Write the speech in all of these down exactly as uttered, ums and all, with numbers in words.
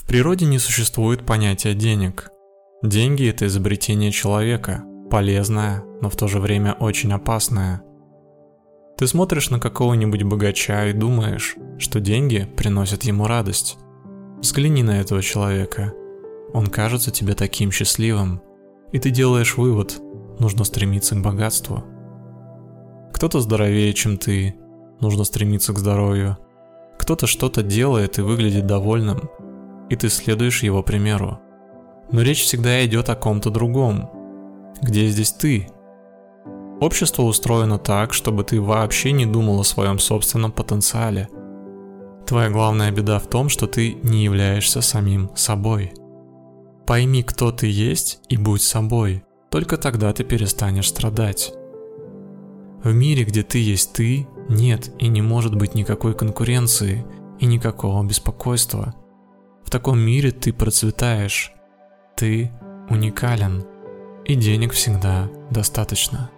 природе не существует понятия денег. Деньги – это изобретение человека, полезное, но в то же время очень опасное. Ты смотришь на какого-нибудь богача и думаешь, что деньги приносят ему радость. Взгляни на этого человека. Он кажется тебе таким счастливым, и ты делаешь вывод – нужно стремиться к богатству. Кто-то здоровее, чем ты, нужно стремиться к здоровью. Кто-то что-то делает и выглядит довольным, и ты следуешь его примеру. Но речь всегда идет о ком-то другом. Где здесь ты? Общество устроено так, чтобы ты вообще не думал о своем собственном потенциале. Твоя главная беда в том, что ты не являешься самим собой. Пойми, кто ты есть, и будь собой. Только тогда ты перестанешь страдать. В мире, где ты есть ты, нет и не может быть никакой конкуренции и никакого беспокойства. В таком мире ты процветаешь. Ты уникален, и денег всегда достаточно.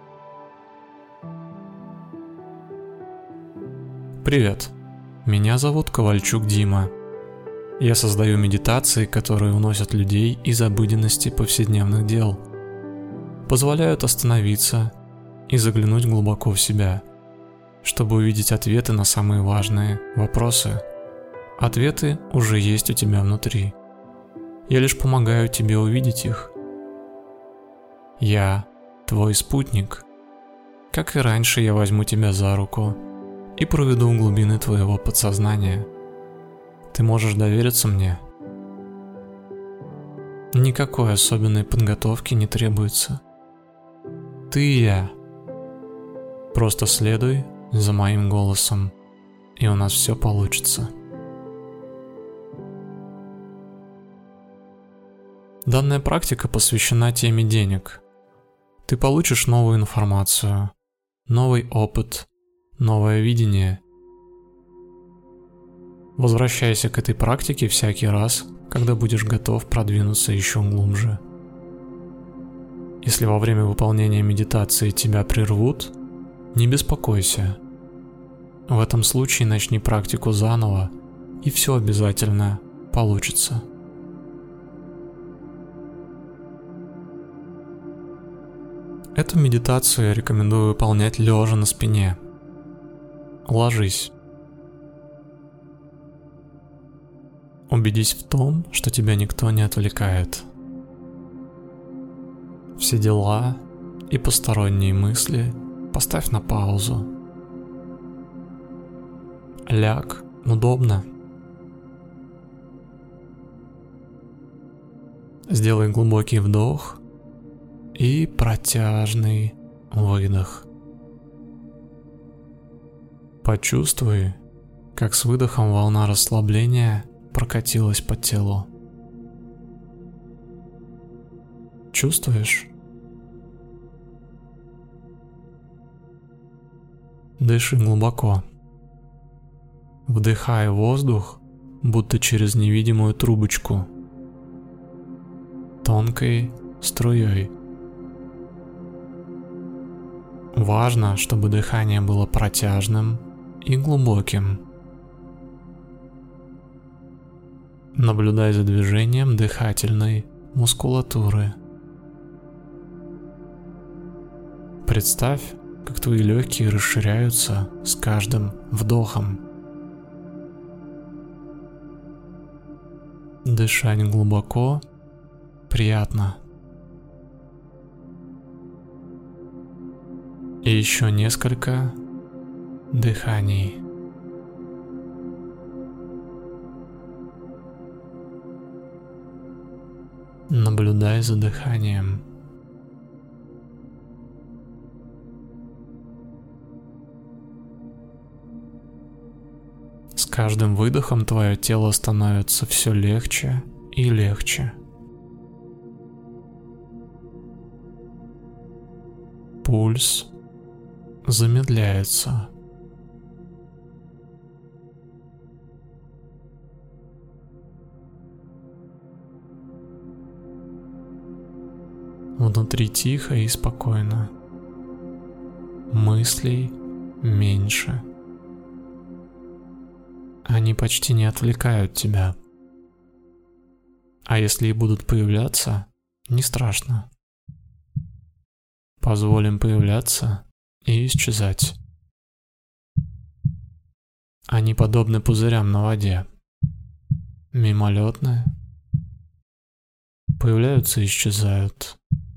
Привет, меня зовут Ковальчук Дима. Я создаю медитации, которые уносят людей из обыденности повседневных дел, позволяют остановиться и заглянуть глубоко в себя, чтобы увидеть ответы на самые важные вопросы. Ответы уже есть у тебя внутри. Я лишь помогаю тебе увидеть их. Я твой спутник. Как и раньше, я возьму тебя за руку и проведу в глубины твоего подсознания. Ты можешь довериться мне. Никакой особенной подготовки не требуется. Ты и я. Просто следуй за моим голосом, и у нас все получится. Данная практика посвящена теме денег. Ты получишь новую информацию, новый опыт, новое видение. Возвращайся к этой практике всякий раз, когда будешь готов продвинуться еще глубже. Если во время выполнения медитации тебя прервут, не беспокойся. В этом случае начни практику заново, и все обязательно получится. Эту медитацию я рекомендую выполнять лежа на спине. Ложись. Убедись в том, что тебя никто не отвлекает. Все дела и посторонние мысли поставь на паузу. Ляг удобно. Сделай глубокий вдох и протяжный выдох. Почувствуй, как с выдохом волна расслабления прокатилась по телу. Чувствуешь? Дыши глубоко. Вдыхай воздух, будто через невидимую трубочку, тонкой струей. Важно, чтобы дыхание было протяжным и глубоким. Наблюдай за движением дыхательной мускулатуры. Представь, как твои легкие расширяются с каждым вдохом. Дышать глубоко приятно. И еще несколько дыханий. Наблюдай за дыханием. С каждым выдохом твое тело становится все легче и легче. Пульс замедляется. Внутри тихо и спокойно. Мыслей меньше. Они почти не отвлекают тебя. А если и будут появляться, не страшно. Позволим появляться и исчезать. Они подобны пузырям на воде. Мимолетные. Появляются и исчезают.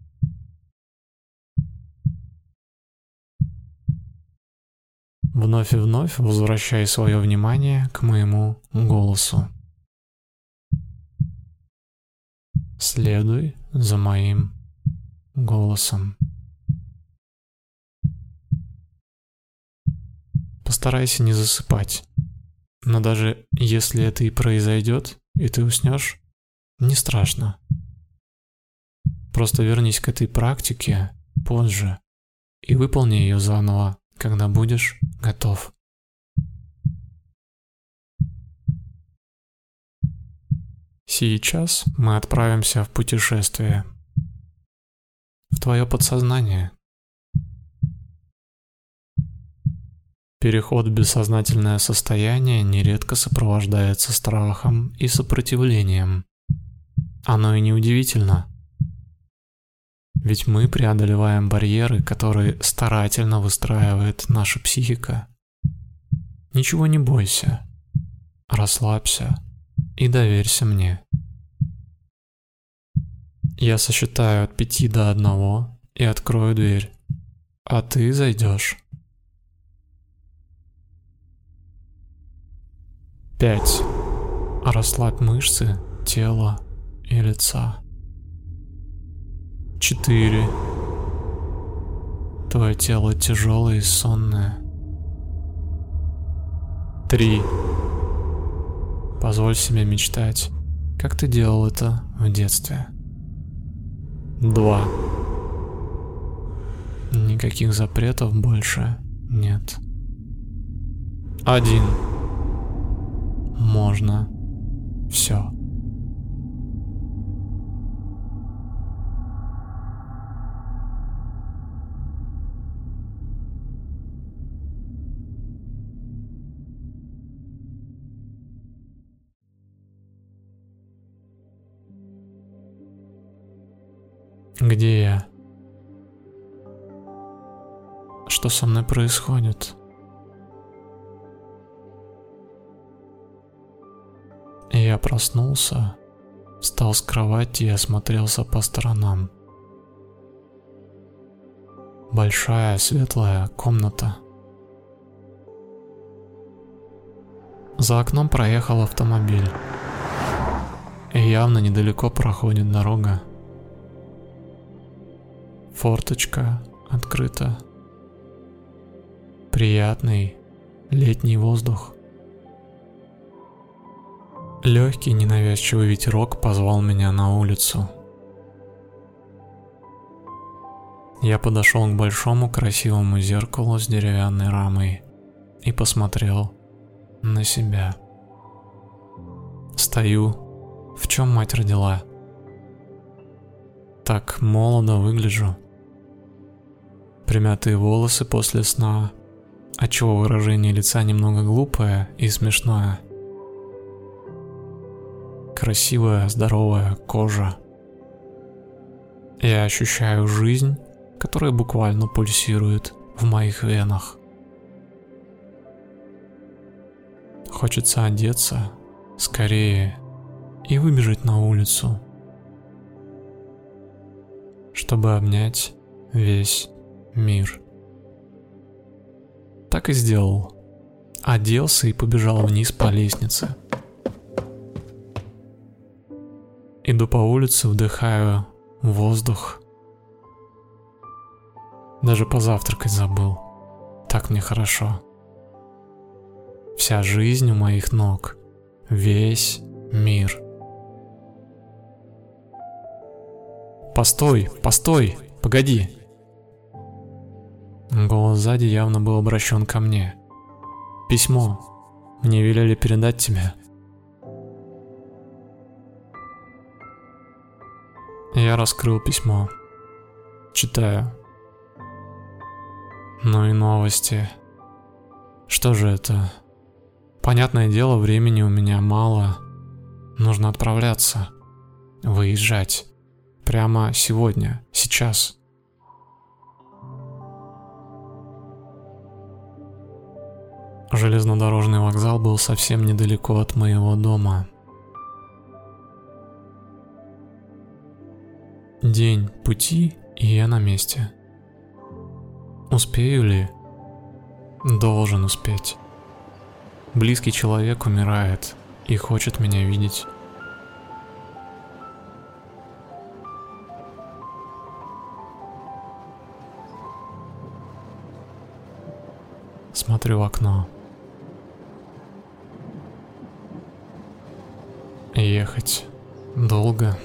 Вновь и вновь возвращай свое внимание к моему голосу. Следуй за моим голосом. Постарайся не засыпать. Но даже если это и произойдет, и ты уснешь, не страшно. Просто вернись к этой практике позже и выполни ее заново, когда будешь готов. Сейчас мы отправимся в путешествие. В твое подсознание. Переход в бессознательное состояние нередко сопровождается страхом и сопротивлением. Оно и неудивительно. Ведь мы преодолеваем барьеры, которые старательно выстраивает наша психика. Ничего не бойся, расслабься и доверься мне. Я сосчитаю от пяти до одного и открою дверь, а ты зайдешь. Пять. Расслабь мышцы тела и лица. Четыре. Твое тело тяжелое и сонное. Три. Позволь себе мечтать, как ты делал это в детстве. Два. Никаких запретов больше нет. Один. Можно все. Где я? Что со мной происходит? Я проснулся, встал с кровати и осмотрелся по сторонам. Большая светлая комната. За окном проехал автомобиль. И явно недалеко проходит дорога. Форточка открыта. Приятный летний воздух. Легкий ненавязчивый ветерок позвал меня на улицу. Я подошел к большому красивому зеркалу с деревянной рамой и посмотрел на себя. Стою, в чем мать родила. Так молодо выгляжу. Примятые волосы после сна, отчего выражение лица немного глупое и смешное. Красивая, здоровая кожа. Я ощущаю жизнь, которая буквально пульсирует в моих венах. Хочется одеться скорее и выбежать на улицу, чтобы обнять весь мир. Так и сделал. Оделся и побежал вниз по лестнице. Иду по улице, вдыхаю воздух. Даже позавтракать забыл. Так мне хорошо. Вся жизнь у моих ног. Весь мир. Постой, постой, погоди. Голос сзади явно был обращен ко мне. Письмо. Мне велели передать тебе. Я раскрыл письмо. Читаю. Ну и новости. Что же это? Понятное дело, времени у меня мало. Нужно отправляться. выезжать. Прямо сегодня, сейчас. Железнодорожный вокзал был совсем недалеко от моего дома. День пути, и я на месте. Успею ли? Должен успеть. Близкий человек умирает и хочет меня видеть. Смотрю в окно. Ехать долго.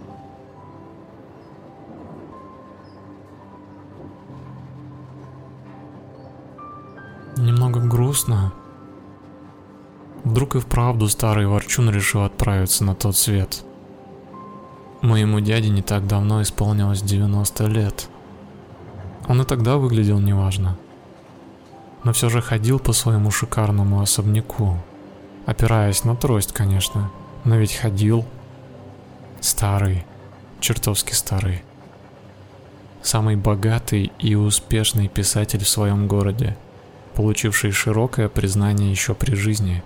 Немного грустно. Вдруг и вправду старый ворчун решил отправиться на тот свет. Моему дяде не так давно исполнилось девяносто лет. Он и тогда выглядел неважно. Но все же ходил по своему шикарному особняку, опираясь на трость, конечно, но ведь ходил. Старый, чертовски старый. Самый богатый и успешный писатель в своем городе, получивший широкое признание еще при жизни.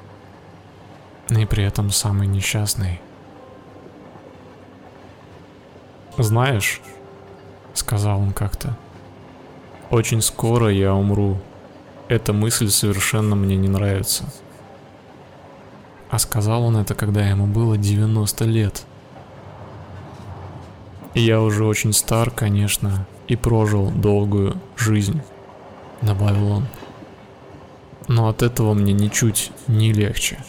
И при этом самый несчастный. «Знаешь, — сказал он как-то, — очень скоро я умру. Эта мысль совершенно мне не нравится». А сказал он это, когда ему было девяносто лет. «Я уже очень стар, конечно, и прожил долгую жизнь», — добавил он. «Но от этого мне ничуть не легче».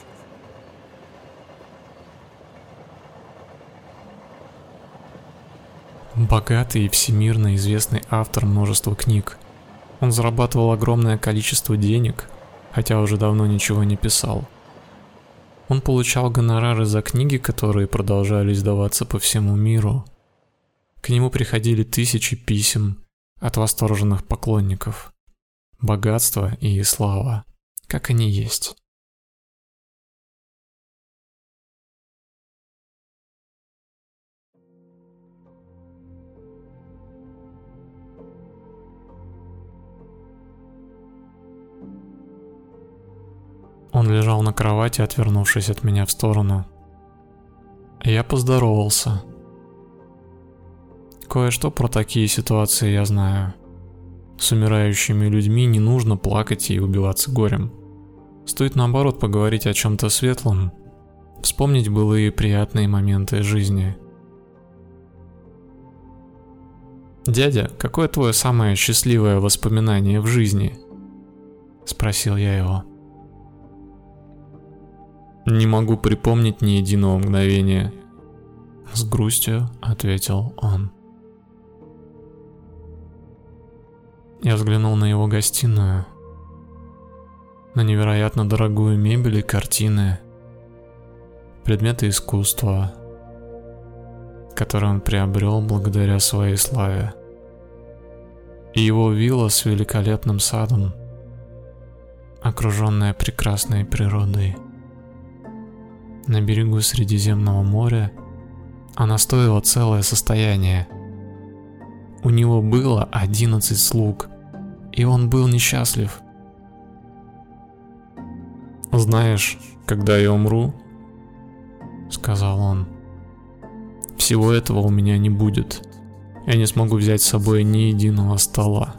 Богатый и всемирно известный автор множества книг. Он зарабатывал огромное количество денег, хотя уже давно ничего не писал. Он получал гонорары за книги, которые продолжали издаваться по всему миру. К нему приходили тысячи писем от восторженных поклонников. Богатство и слава, как они есть. Он лежал на кровати, отвернувшись от меня в сторону. Я поздоровался. Кое-что про такие ситуации я знаю. С умирающими людьми не нужно плакать и убиваться горем. Стоит наоборот поговорить о чем-то светлом, вспомнить былые приятные моменты жизни. «Дядя, какое твое самое счастливое воспоминание в жизни?» — спросил я его. «Не могу припомнить ни единого мгновения», — с грустью ответил он. Я взглянул на его гостиную, на невероятно дорогую мебель и картины, предметы искусства, которые он приобрел благодаря своей славе, и его вилла с великолепным садом, окруженная прекрасной природой. На берегу Средиземного моря она стоила целое состояние. У него было одиннадцать слуг, и он был несчастлив. «Знаешь, когда я умру, — сказал он, — всего этого у меня не будет. Я не смогу взять с собой ни единого стола».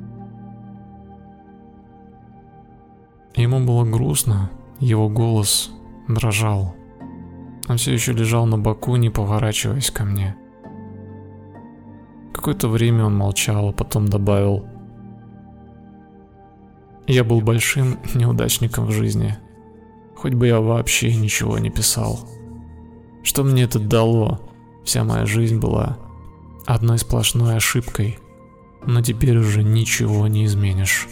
Ему было грустно, его голос дрожал. Он все еще лежал на боку, не поворачиваясь ко мне. Какое-то время он молчал, а потом добавил: «Я был большим неудачником в жизни. Хоть бы я вообще ничего не писал. Что мне это дало? Вся моя жизнь была одной сплошной ошибкой, но теперь уже ничего не изменишь».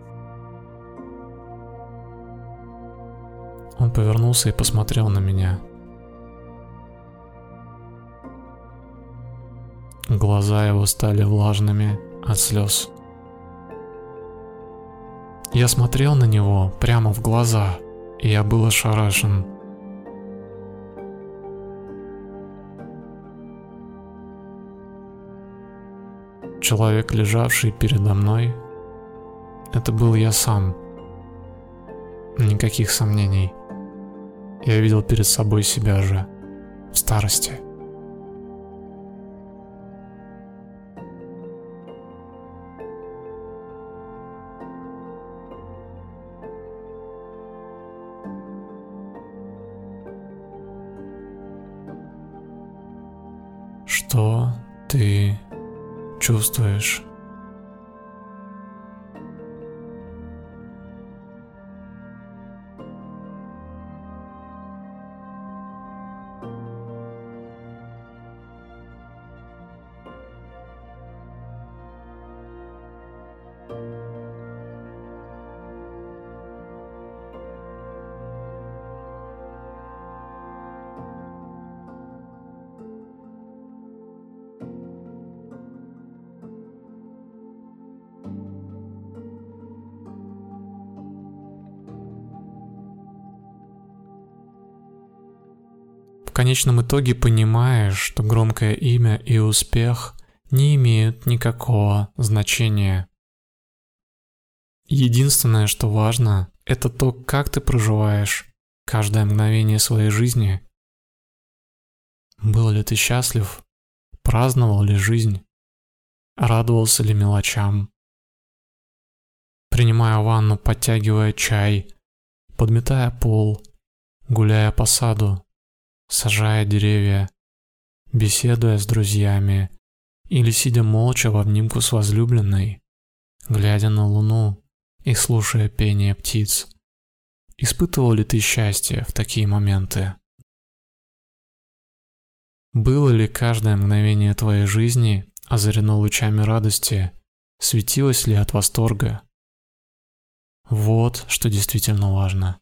Он повернулся и посмотрел на меня. Глаза его стали влажными от слез. Я смотрел на него прямо в глаза, и я был ошарашен. Человек, лежавший передо мной, это был я сам. Никаких сомнений. Я видел перед собой себя же в старости. Что ты чувствуешь? В конечном итоге понимаешь, что громкое имя и успех не имеют никакого значения. Единственное, что важно, это то, как ты проживаешь каждое мгновение своей жизни. Был ли ты счастлив? Праздновал ли жизнь? Радовался ли мелочам? Принимая ванну, подтягивая чай, подметая пол, гуляя по саду, сажая деревья, беседуя с друзьями или сидя молча в обнимку с возлюбленной, глядя на луну и слушая пение птиц. Испытывал ли ты счастье в такие моменты? Было ли каждое мгновение твоей жизни озарено лучами радости, светилось ли от восторга? Вот что действительно важно.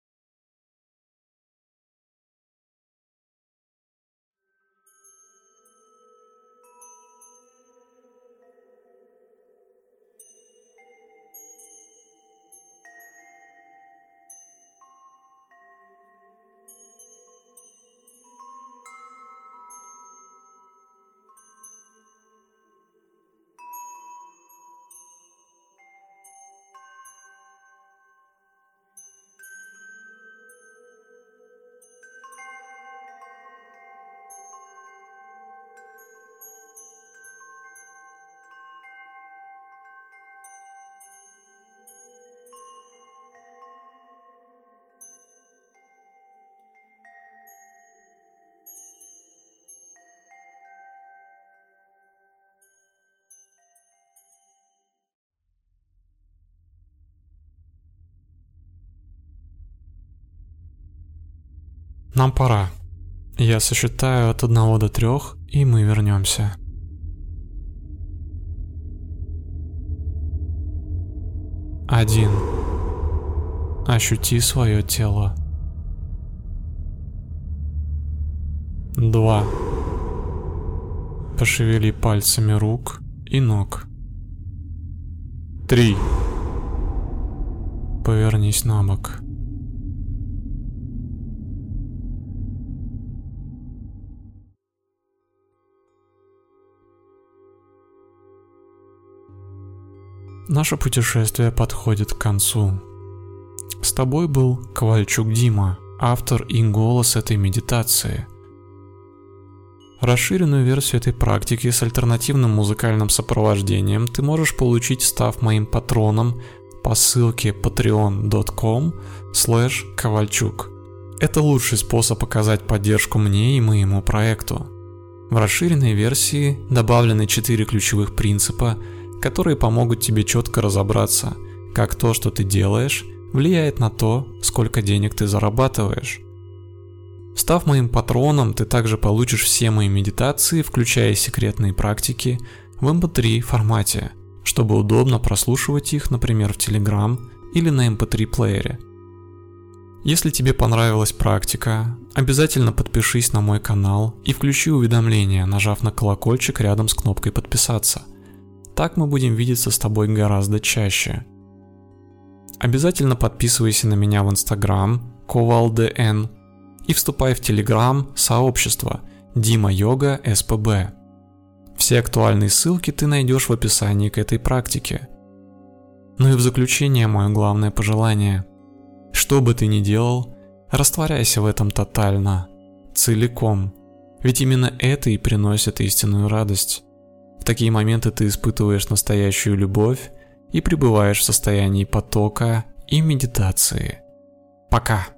Нам пора. Я сосчитаю от одного до трех, и мы вернемся. Один. Ощути свое тело. Два. Пошевели пальцами рук и ног. Три. Повернись на бок. Наше путешествие подходит к концу. С тобой был Ковальчук Дима, автор и голос этой медитации. Расширенную версию этой практики с альтернативным музыкальным сопровождением ты можешь получить, став моим патроном по ссылке patreon точка com слэш ковальчук. Это лучший способ оказать поддержку мне и моему проекту. В расширенной версии добавлены четыре ключевых принципа, которые помогут тебе четко разобраться, как то, что ты делаешь, влияет на то, сколько денег ты зарабатываешь. Став моим патроном, ты также получишь все мои медитации, включая секретные практики, в эм пэ три формате, чтобы удобно прослушивать их, например, в Telegram или на эм пэ три плеере. Если тебе понравилась практика, обязательно подпишись на мой канал и включи уведомления, нажав на колокольчик рядом с кнопкой «Подписаться». Так мы будем видеться с тобой гораздо чаще. Обязательно подписывайся на меня в Instagram ковалдн и вступай в Telegram сообщество Дима Йога эс пэ бэ. Все актуальные ссылки ты найдешь в описании к этой практике. Ну и в заключение мое главное пожелание. Что бы ты ни делал, растворяйся в этом тотально, целиком. Ведь именно это и приносит истинную радость. В такие моменты ты испытываешь настоящую любовь и пребываешь в состоянии потока и медитации. Пока.